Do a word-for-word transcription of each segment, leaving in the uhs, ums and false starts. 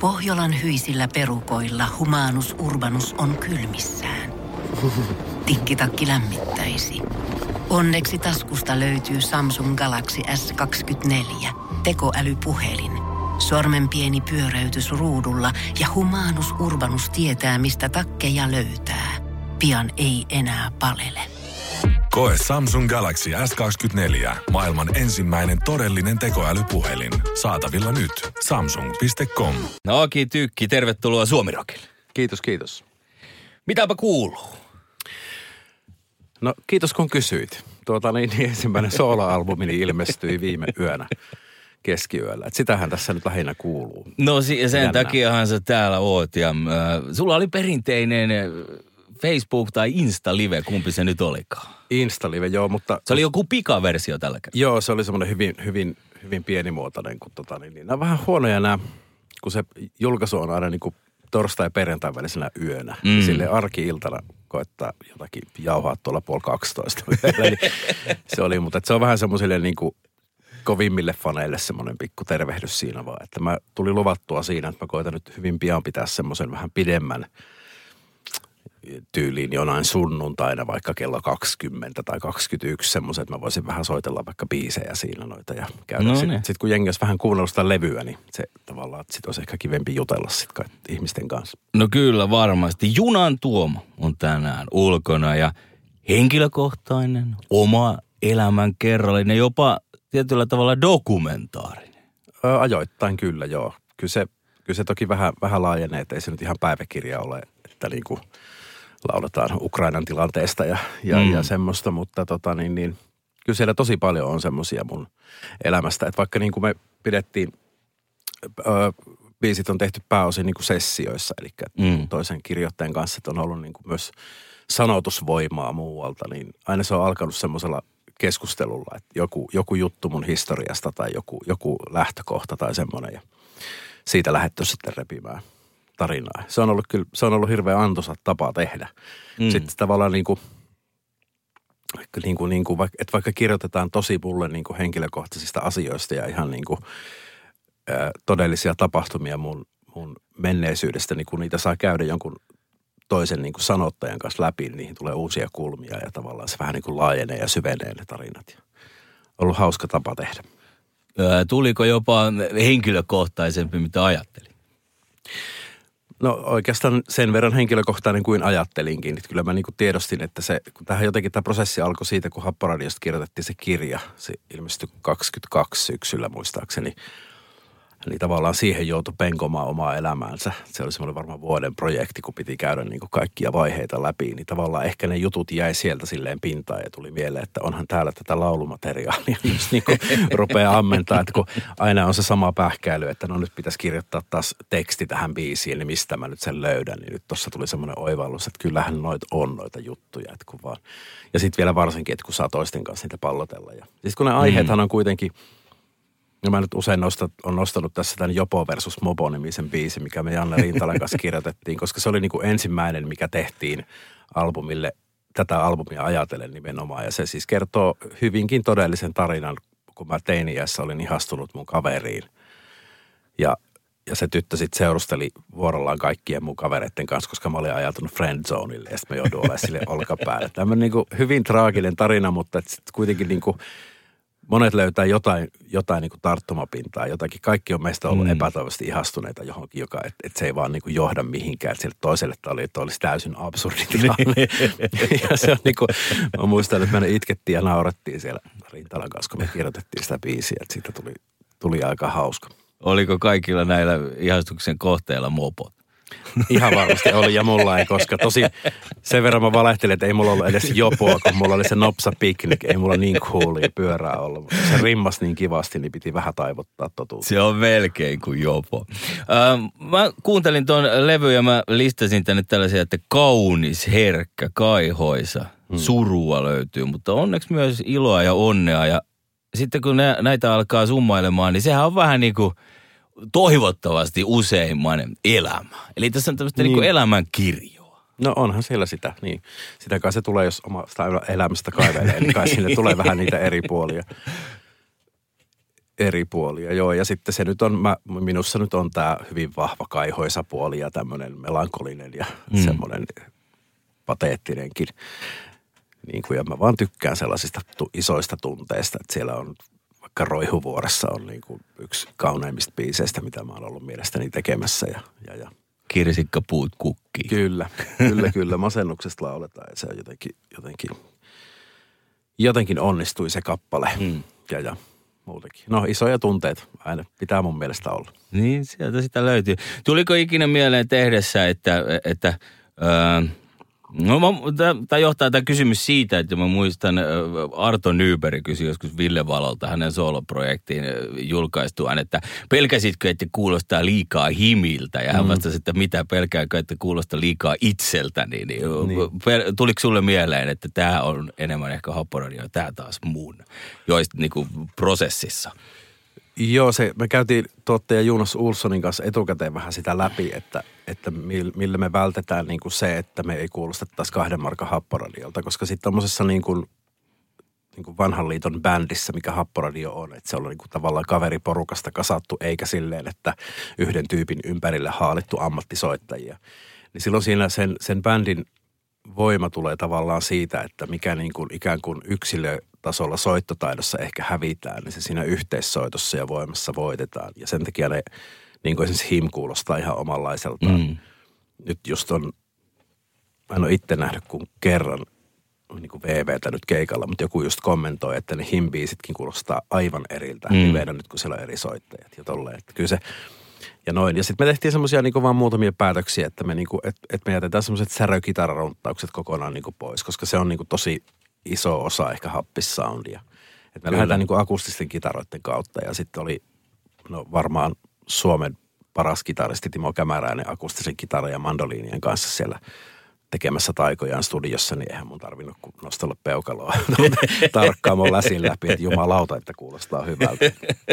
Pohjolan hyisillä perukoilla Humanus Urbanus on kylmissään. Tikkitakki lämmittäisi. Onneksi taskusta löytyy Samsung Galaxy S kaksikymmentäneljä, tekoälypuhelin. Sormen pieni pyöräytys ruudulla ja Humanus Urbanus tietää, mistä takkeja löytää. Pian ei enää palele. Koe Samsung Galaxy S kaksikymmentäneljä, maailman ensimmäinen todellinen tekoälypuhelin. Saatavilla nyt. Samsung piste com. No Aki Tykki, tervetuloa Suomi-Rockille. Kiitos, kiitos. Mitäpä kuuluu? No kiitos kun kysyit. Tuota niin, niin ensimmäinen solo-albumini ilmestyi viime yönä keskiyöllä. Et sitähän tässä nyt lähinnä kuuluu. No sen Jännä. takiahan sä täällä oot. Ja, äh, sulla oli perinteinen Facebook- tai Insta-live, kumpi se nyt olikaan? Insta-live, joo, mutta... Se oli joku pikaversio tällä kertaa. Joo, se oli semmoinen hyvin, hyvin, hyvin pienimuotoinen. Kun tota, niin, niin, nämä on vähän huonoja nämä, kun se julkaisu on aina niin kuin torstai- ja perjantain välisenä yönä. Mm. Silleen arki-iltana koettaa jotakin jauhaa tuolla puoli kaksitoista. Eli se oli, mutta se on vähän semmoisille niin kuin kovimmille faneille semmoinen pikku tervehdys siinä vaan. Että mä tuli luvattua siinä, että mä koitan nyt hyvin pian pitää semmoisen vähän pidemmän tyyliin jonain sunnuntaina vaikka kello kaksikymmentä tai kaksikymmentäyksi semmoisen, että mä voisin vähän soitella vaikka biisejä siinä noita ja käydä. No, sitten sit kun jengi olisi vähän kuunnellut sitä levyä, niin se tavallaan, että sit olisi ehkä kivempi jutella sitten ihmisten kanssa. No kyllä varmasti. Junan Tuomo on tänään ulkona ja henkilökohtainen, oma elämän kerrallinen, jopa tietyllä tavalla dokumentaarinen. Ö, ajoittain kyllä, joo. Kyllä se, kyllä se toki vähän, vähän laajenee, että ei se nyt ihan päiväkirja ole, että niin kuin lauletaan Ukrainan tilanteesta ja, ja, mm. ja semmoista, mutta tota niin, niin kyllä siellä tosi paljon on semmoisia mun elämästä, että vaikka niin kuin me pidettiin, ö, biisit on tehty pääosin niin kuin sessioissa, eli mm. toisen kirjoittajan kanssa, että on ollut niin kuin myös sanotusvoimaa muualta, niin aina se on alkanut semmoisella keskustelulla, että joku, joku juttu mun historiasta tai joku, joku lähtökohta tai semmoinen ja siitä lähdetty sitten repimään tarinaa. Se on ollut kyllä, se on ollut hirveän antoisa tapa tehdä. Mm. Sitten tavallaan niin kuin, niin kuin, niin kuin että vaikka kirjoitetaan tosi mulle niin kuin henkilökohtaisista asioista ja ihan niin kuin ä, todellisia tapahtumia mun, mun menneisyydestä, niin kun niitä saa käydä jonkun toisen niin kuin sanottajan kanssa läpi, niin niihin tulee uusia kulmia ja tavallaan se vähän niin kuin laajenee ja syvenee ne tarinat. Ja ollut hauska tapa tehdä. Ää, tuliko jopa henkilökohtaisempi, mitä ajattelin? No oikeastaan sen verran henkilökohtainen kuin ajattelinkin. Että kyllä mä niin kuin tiedostin, että se, kun tähän jotenkin tämä prosessi alkoi siitä, kun Happoradiosta kirjoitettiin se kirja. Se ilmestyi kaksikymmentäkaksi syksyllä muistaakseni. Niin tavallaan siihen joutui penkomaan omaa elämäänsä. Se oli semmoinen varmaan vuoden projekti, kun piti käydä niin kuin kaikkia vaiheita läpi. Niin tavallaan ehkä ne jutut jäi sieltä silleen pintaan ja tuli mieleen, että onhan täällä tätä laulumateriaalia. Just niin kuin rupeaa ammentaa, että kun aina on se sama pähkäily, että no nyt pitäisi kirjoittaa taas teksti tähän biisiin, niin mistä mä nyt sen löydän. Niin nyt tossa tuli semmoinen oivallus, että kyllähän noita on noita juttuja. Että kun vaan. Ja sitten vielä varsinkin, että kun saa toisten kanssa niitä pallotella. Ja sitten kun ne aiheethan on kuitenkin. Ja mä nyt usein nostat, on nostanut tässä tämän Jopo versus Mopo-nimisen biisin, mikä me Janne Rintalan kanssa kirjoitettiin, koska se oli niin kuin ensimmäinen, mikä tehtiin albumille, tätä albumia ajatellen nimenomaan. Ja se siis kertoo hyvinkin todellisen tarinan, kun mä teini-iässä olin ihastunut mun kaveriin. Ja, ja se tyttö sitten seurusteli vuorollaan kaikkien mun kavereiden kanssa, koska mä olin ajatunut friendzoneille ja sitten mä joudun olemaan sille olkapäälle. Tämmöinen niin kuin hyvin traaginen tarina, mutta sitten kuitenkin niin kuin monet löytää jotain, jotain niin kuin tarttumapintaa, jotakin. Kaikki on meistä ollut mm. epätoivoisesti ihastuneita johonkin, joka, että et se ei vaan niin kuin johda mihinkään. Että sille toiselle oli, että olisi täysin absurdi tilanne. Ja se on niin kuin, mä muistan, että me itkettiin ja naurettiin siellä Rintalan kanssa, kun me kirjoitettiin sitä biisiä. Että siitä tuli, tuli aika hauska. Oliko kaikilla näillä ihastuksen kohteilla mopot? Ihan varmasti oli ja mulla ei, koska tosi sen verran mä valehtelin, että ei mulla ollut edes Jopoa, kun mulla oli se Nopsa Picnic. Ei mulla niin coolia pyörää ollut, mutta se rimmas niin kivasti, niin piti vähän taivottaa totuutta. Se on melkein kuin Jopo. Ähm, mä kuuntelin ton levyn ja mä listasin tänne tällaisia, että kaunis, herkkä, kaihoisa, hmm. surua löytyy, mutta onneksi myös iloa ja onnea. Ja sitten kun ne, näitä alkaa summailemaan, niin sehän on vähän niin kuin toivottavasti useimman elämä. Eli tässä on tämmöistä niin. niin kuin elämän kirjoa. No onhan siellä sitä, niin. Sitä kai se tulee, jos omasta elämästä kaivelee, niin kai sinne tulee vähän niitä eri puolia. eri puolia, joo. Ja sitten se nyt on, mä, minussa nyt on tämä hyvin vahva kaihoisa puoli ja tämmöinen melankolinen ja mm. semmoinen pateettinenkin. Niin kuin, ja mä vaan tykkään sellaisista tu- isoista tunteista, että siellä on, vaikka Roihuvuoressa on niin kuin yksi kauneimmista biiseistä, mitä mä oon ollut mielestäni tekemässä. Ja, ja, ja. Kirsikkapuut kukkii. Kyllä, kyllä, kyllä. Masennuksesta lauletaan ja se on jotenkin, jotenkin, jotenkin onnistui se kappale. Mm. Ja, ja muutenkin. No isoja tunteita aina pitää mun mielestä olla. Niin, sieltä sitä löytyy. Tuliko ikinä mieleen tehdessä, että, että öö, no tämä johtaa tämä kysymys siitä, että mä muistan Arto Nyberg kysyi joskus Ville Valolta hänen soloprojektiin julkaistuaan, että pelkäsitkö, että kuulostaa liikaa himiltä? Ja hän mm. vastasi, että mitä pelkääkö, että kuulostaa liikaa itseltäni. Niin, niin. Tuliko sulle mieleen, että tämä on enemmän ehkä Happoradio ja tämä taas mun, joista niinku prosessissa? Joo, se, me käytiin tuottaja Jonas Ulssonin kanssa etukäteen vähän sitä läpi, että, että millä me vältetään niin kuin se, että me ei kuulostettaisi kahden markan Happoradiolta, koska sitten tommosessa niin kuin, niin kuin vanhan liiton bändissä, mikä Happoradio on, että se on niin kuin tavallaan kaveriporukasta kasattu, eikä silleen, että yhden tyypin ympärille haalittu ammattisoittajia. Niin silloin siinä sen, sen bändin voima tulee tavallaan siitä, että mikä niin kuin ikään kuin yksilö tasolla soittotaidossa ehkä hävitään, niin se siinä yhteissoitossa ja voimassa voitetaan. Ja sen takia ne, niin kuin esimerkiksi Him kuulostaa ihan omanlaiseltaan. Mm. Nyt just on, mä en ole itse nähnyt kuin kerran niin kuin V V:tä nyt keikalla, mutta joku just kommentoi, että ne Him-biisitkin kuulostaa aivan eriltä. Mm. Livenä nyt, kun siellä on eri soittajat ja tolleen. Että kyllä se, ja noin. Ja sitten me tehtiin semmoisia niin vaan muutamia päätöksiä, että me, niin kuin, et, et me jätetään semmoiset särökitararunttaukset kokonaan niin kuin pois, koska se on niin kuin tosi iso osa ehkä happissoundia. Että me lähdetään niin kuin akustisten kitaroiden kautta ja sitten oli no varmaan Suomen paras kitaristi Timo Kämäräinen akustisen kitaran ja mandoliinien kanssa siellä tekemässä taikojaan studiossa, niin eihän mun tarvinnut nostella peukaloa tarkkaan mun läsin läpi, että jumalauta, että kuulostaa hyvältä.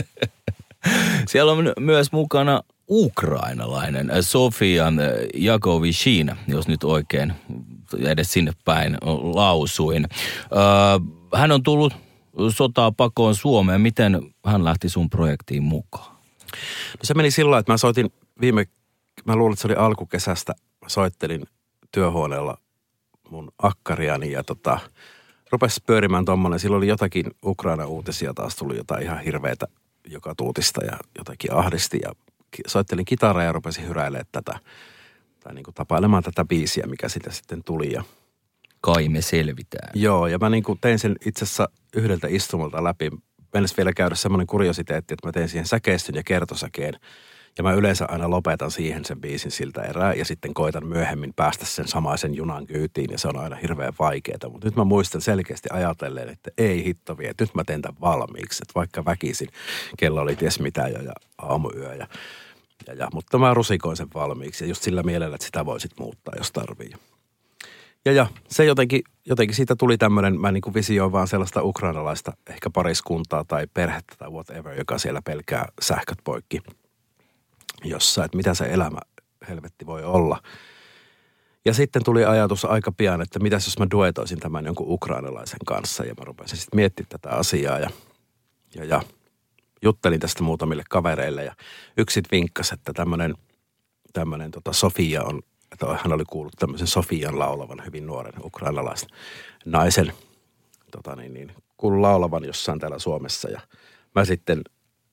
Siellä on myös mukana ukrainalainen Sofia Jakovishina, jos nyt oikein edes sinne päin lausuin. Hän on tullut sotaa pakoon Suomeen. Miten hän lähti sun projektiin mukaan? No se meni sillä lailla, että mä soitin viime, mä luulen, että se oli alkukesästä. Mä soittelin työhuoneella mun akkariani ja tota, rupesi pyörimään tommonen. Silloin oli jotakin Ukraina-uutisia, taas tuli jotain ihan hirveätä joka tuutista ja jotakin ahdisti ja soittelin kitaraa ja rupesin hyräilemään tätä, tai niin kuin tapailemaan tätä biisiä, mikä sitä sitten tuli. Ja kai me selvitään. Joo, ja mä niin kuin tein sen itse asiassa yhdeltä istumalta läpi. Mennessä vielä käydä semmoinen kuriositeetti, että mä tein siihen säkeistön ja kertosäkeen. Ja mä yleensä aina lopetan siihen sen biisin siltä erää ja sitten koitan myöhemmin päästä sen samaisen junan kyytiin ja se on aina hirveän vaikeaa. Mutta nyt mä muistan selkeästi ajatellen, että ei hittovi, että nyt mä teen tämän valmiiksi. Että vaikka väkisin, kello oli ties mitä jo ja aamuyö ja, ja, ja. Mutta mä rusikoin sen valmiiksi ja just sillä mielellä, että sitä voisit muuttaa, jos tarvii. Ja ja, se jotenkin, jotenkin siitä tuli tämmöinen, mä niin kuin visioin vaan sellaista ukrainalaista ehkä pariskuntaa tai perhettä tai whatever, joka siellä pelkää sähköt poikki jossain, että mitä se elämä helvetti voi olla. Ja sitten tuli ajatus aika pian, että mitäs jos mä duetoisin tämän jonkun ukrainalaisen kanssa ja mä rupesin sitten miettimään tätä asiaa ja, ja, ja juttelin tästä muutamille kavereille ja yksi sitten vinkkasi, että tämmöinen, tämmöinen tota Sofia on, että hän oli kuullut tämmöisen Sofian laulavan hyvin nuoren ukrainalaisen naisen, tota niin, niin, kuullut laulavan jossain täällä Suomessa ja mä sitten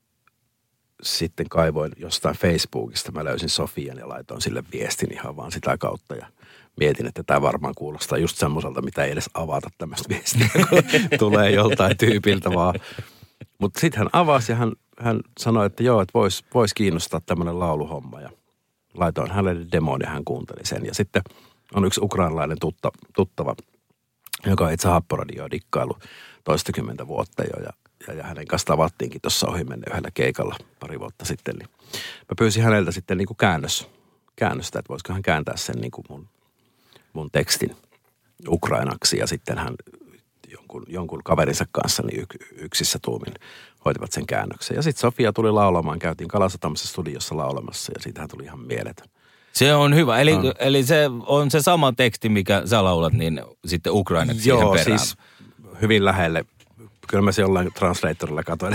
Sitten kaivoin jostain Facebookista, mä löysin Sofian ja laitoin sille viestin ihan vaan sitä kautta ja mietin, että tämä varmaan kuulostaa just semmoiselta, mitä ei edes avata tämmöistä viestiä, kun tulee joltain tyypiltä vaan. Mutta sitten hän avasi ja hän, hän sanoi, että joo, että voisi vois kiinnostaa tämmöinen lauluhomma ja laitoin hänelle demon ja hän kuunteli sen. Ja sitten on yksi ukrainalainen tutta, tuttava, joka on itse Happoradioa dikkailu toistakymmentä vuotta jo ja Ja, ja hänen kanssa tavattiinkin tuossa ohi mennä yhdellä keikalla pari vuotta sitten. Niin mä pyysin häneltä sitten niin kuin käännös, käännöstä, että voisiko hän kääntää sen niin kuin mun, mun tekstin ukrainaksi. Ja sitten hän jonkun, jonkun kaverinsa kanssa niin yk, yksissä tuumin hoitivat sen käännöksen. Ja sitten Sofia tuli laulamaan, käytiin Kalasatamassa studiossa laulamassa ja siitähän tuli ihan mieletön. Se on hyvä. Eli, no. eli se on se sama teksti, mikä sä laulat, niin sitten ukrainaksi Joo, siihen perään. Siis hyvin lähelle kyllä mä se jollain translatorilla katsoin,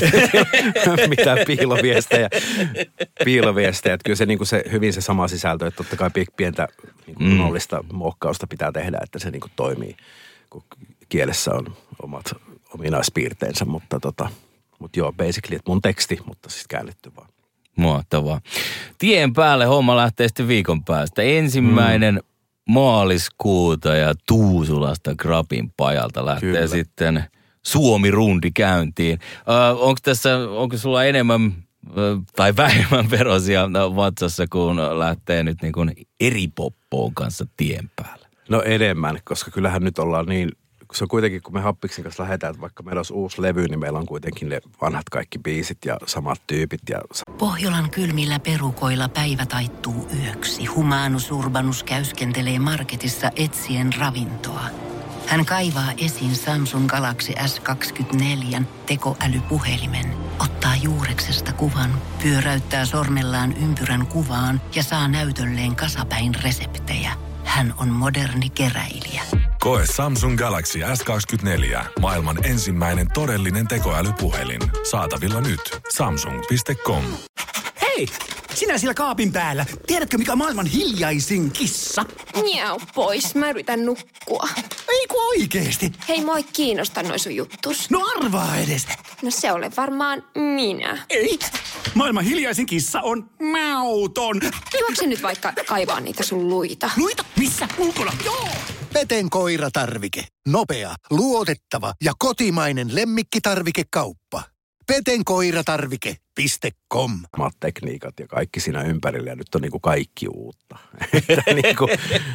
mitään piiloviestejä. Piiloviestejä. Että kyllä se, niin kuin se hyvin se sama sisältö, että totta kai pientä niin kuin kunnollista muokkausta pitää tehdä, että se niin kuin toimii, kun kielessä on omat ominaispiirteensä, mutta tota, mutta joo, basically, että mun teksti, mutta siis käännetty vaan. Mahtavaa. Tien päälle homma lähtee sitten viikon päästä. Ensimmäinen mm. maaliskuuta ja Tuusulasta Grabin pajalta lähtee Kyllä. sitten Suomi-rundi käyntiin. Äh, onko tässä, onko sulla enemmän äh, tai vähemmän verosia vatsassa, kun lähtee nyt niin kuin eri poppoon kanssa tien päälle? No enemmän, koska kyllähän nyt ollaan niin, se on kuitenkin, kun me Happiksen kanssa lähdetään, että vaikka meillä olisi uusi levy, niin meillä on kuitenkin ne vanhat kaikki biisit ja samat tyypit. Ja... Pohjolan kylmillä perukoilla päivä taittuu yöksi. Humanus Urbanus käyskentelee marketissa etsien ravintoa. Hän kaivaa esiin Samsung Galaxy S kaksikymmentäneljä tekoälypuhelimen, ottaa juureksesta kuvan, pyöräyttää sormellaan ympyrän kuvaan ja saa näytölleen kasapäin reseptejä. Hän on moderni keräilijä. Koe Samsung Galaxy S kaksikymmentäneljä, maailman ensimmäinen todellinen tekoälypuhelin. Saatavilla nyt. samsung piste com. Hei! Sinä siellä kaapin päällä. Tiedätkö, mikä on maailman hiljaisin kissa? Miau pois, mä yritän nukkua. Ei kun oikeesti. Hei, moi kiinnosta noi sun juttus. No arvaa edes. No se ole varmaan minä. Ei. Maailman hiljaisin kissa on mauton. Juokse nyt vaikka kaivaa niitä sun luita. Luita? Missä? Ulkona? Joo! Peten koiratarvike. Nopea, luotettava ja kotimainen lemmikkitarvikekauppa. peten koiratarvike piste com. Omat tekniikat ja kaikki siinä ympärillä ja nyt on niinku kaikki uutta. niinku,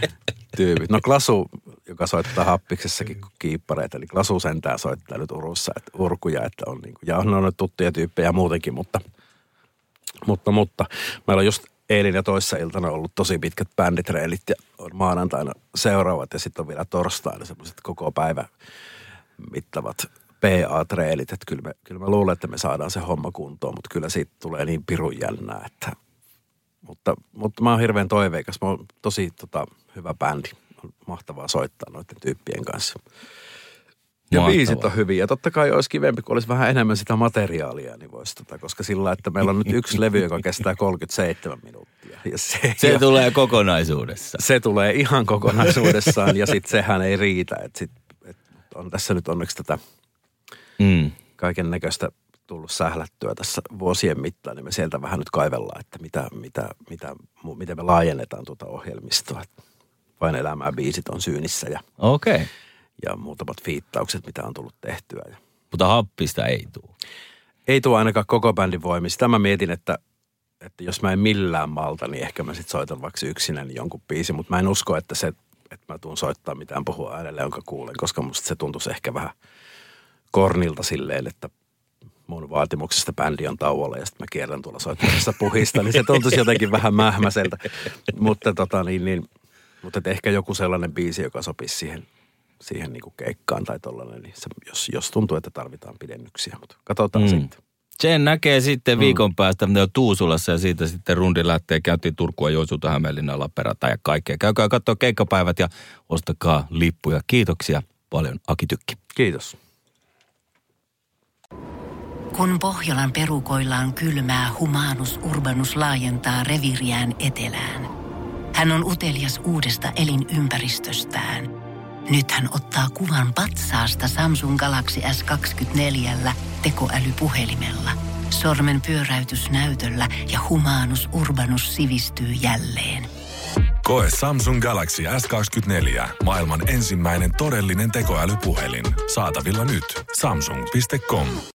tyypit. No Klasu, joka soittaa Happiksessakin kiippareita, niin Klasu sentään soittaa nyt Urussa, että urkuja, että on niinku, ja on ne tuttuja tyyppejä muutenkin, mutta, mutta, mutta meillä on just eilen ja toissa iltana ollut tosi pitkät bänditreilit ja on maanantaina seuraavat ja sitten on vielä torstaina semmoiset koko päivä mittavat P A-treilit, että kyllä, me, kyllä mä luulen, että me saadaan se homma kuntoon, mutta kyllä siitä tulee niin pirun jännää, että mutta, mutta mä oon hirveän toiveikas. Mä oon tosi tota, hyvä bändi. On mahtavaa soittaa noiden tyyppien kanssa. Ja Mahtavaa. Biisit on hyviä. Ja totta kai olisi kivempi, kun olisi vähän enemmän sitä materiaalia, niin voisi tota, koska sillä, että meillä on nyt yksi levy, joka kestää kolmekymmentäseitsemän minuuttia. Ja se se ja, tulee kokonaisuudessaan. Se tulee ihan kokonaisuudessaan ja sitten sehän ei riitä. Että sit, et on tässä nyt onneksi tätä Mm. kaiken näköistä tullut sählättyä tässä vuosien mittaan, niin me sieltä vähän nyt kaivellaan, että mitä, mitä, mitä, miten me laajennetaan tuota ohjelmistoa. Vain elämää biisit on syynissä ja, Okei. Okay. ja muutamat fiittaukset, mitä on tullut tehtyä. Ja Mutta Happista ei tule. ei tule ainakaan koko bändin voimia. Sitä mä mietin, että, että jos mä en millään malta, niin ehkä mä sit soitan vaikka yksinäni jonkun biisin, mutta mä en usko, että se, että mä tuun soittaa mitään puhua äänelle, jonka kuulen, koska musta se tuntuisi ehkä vähän kornilta silleen, että mun vaatimuksesta bändi on tauolla ja sitten mä kierrän tuolla soittamassa puhista, niin se tuntuisi jotenkin vähän mähmäseltä. mutta tota niin, niin mutta ehkä joku sellainen biisi, joka sopisi siihen, siihen niinku keikkaan tai tollainen, niin se, jos, jos tuntuu, että tarvitaan pidennyksiä, mutta katsotaan mm. sitten. Sen näkee sitten viikon päästä Tuusulassa ja siitä sitten rundi lähtee. Käytiin Turkua, Joensuuta, Hämeenlinnaa, Lappeenrantaa ja kaikkea. Käykää katsoa keikkapäivät ja ostakaa lippuja. Kiitoksia paljon, Aki Tykki. Kiitos. Kun Pohjolan perukoillaan kylmää, Humanus Urbanus laajentaa reviriään etelään. Hän on utelias uudesta elinympäristöstään. Nyt hän ottaa kuvan patsaasta Samsung Galaxy S kaksikymmentäneljä tekoälypuhelimella. Sormen pyöräytys näytöllä ja Humanus Urbanus sivistyy jälleen. Koe Samsung Galaxy S kaksikymmentäneljä, maailman ensimmäinen todellinen tekoälypuhelin. Saatavilla nyt. samsung piste com.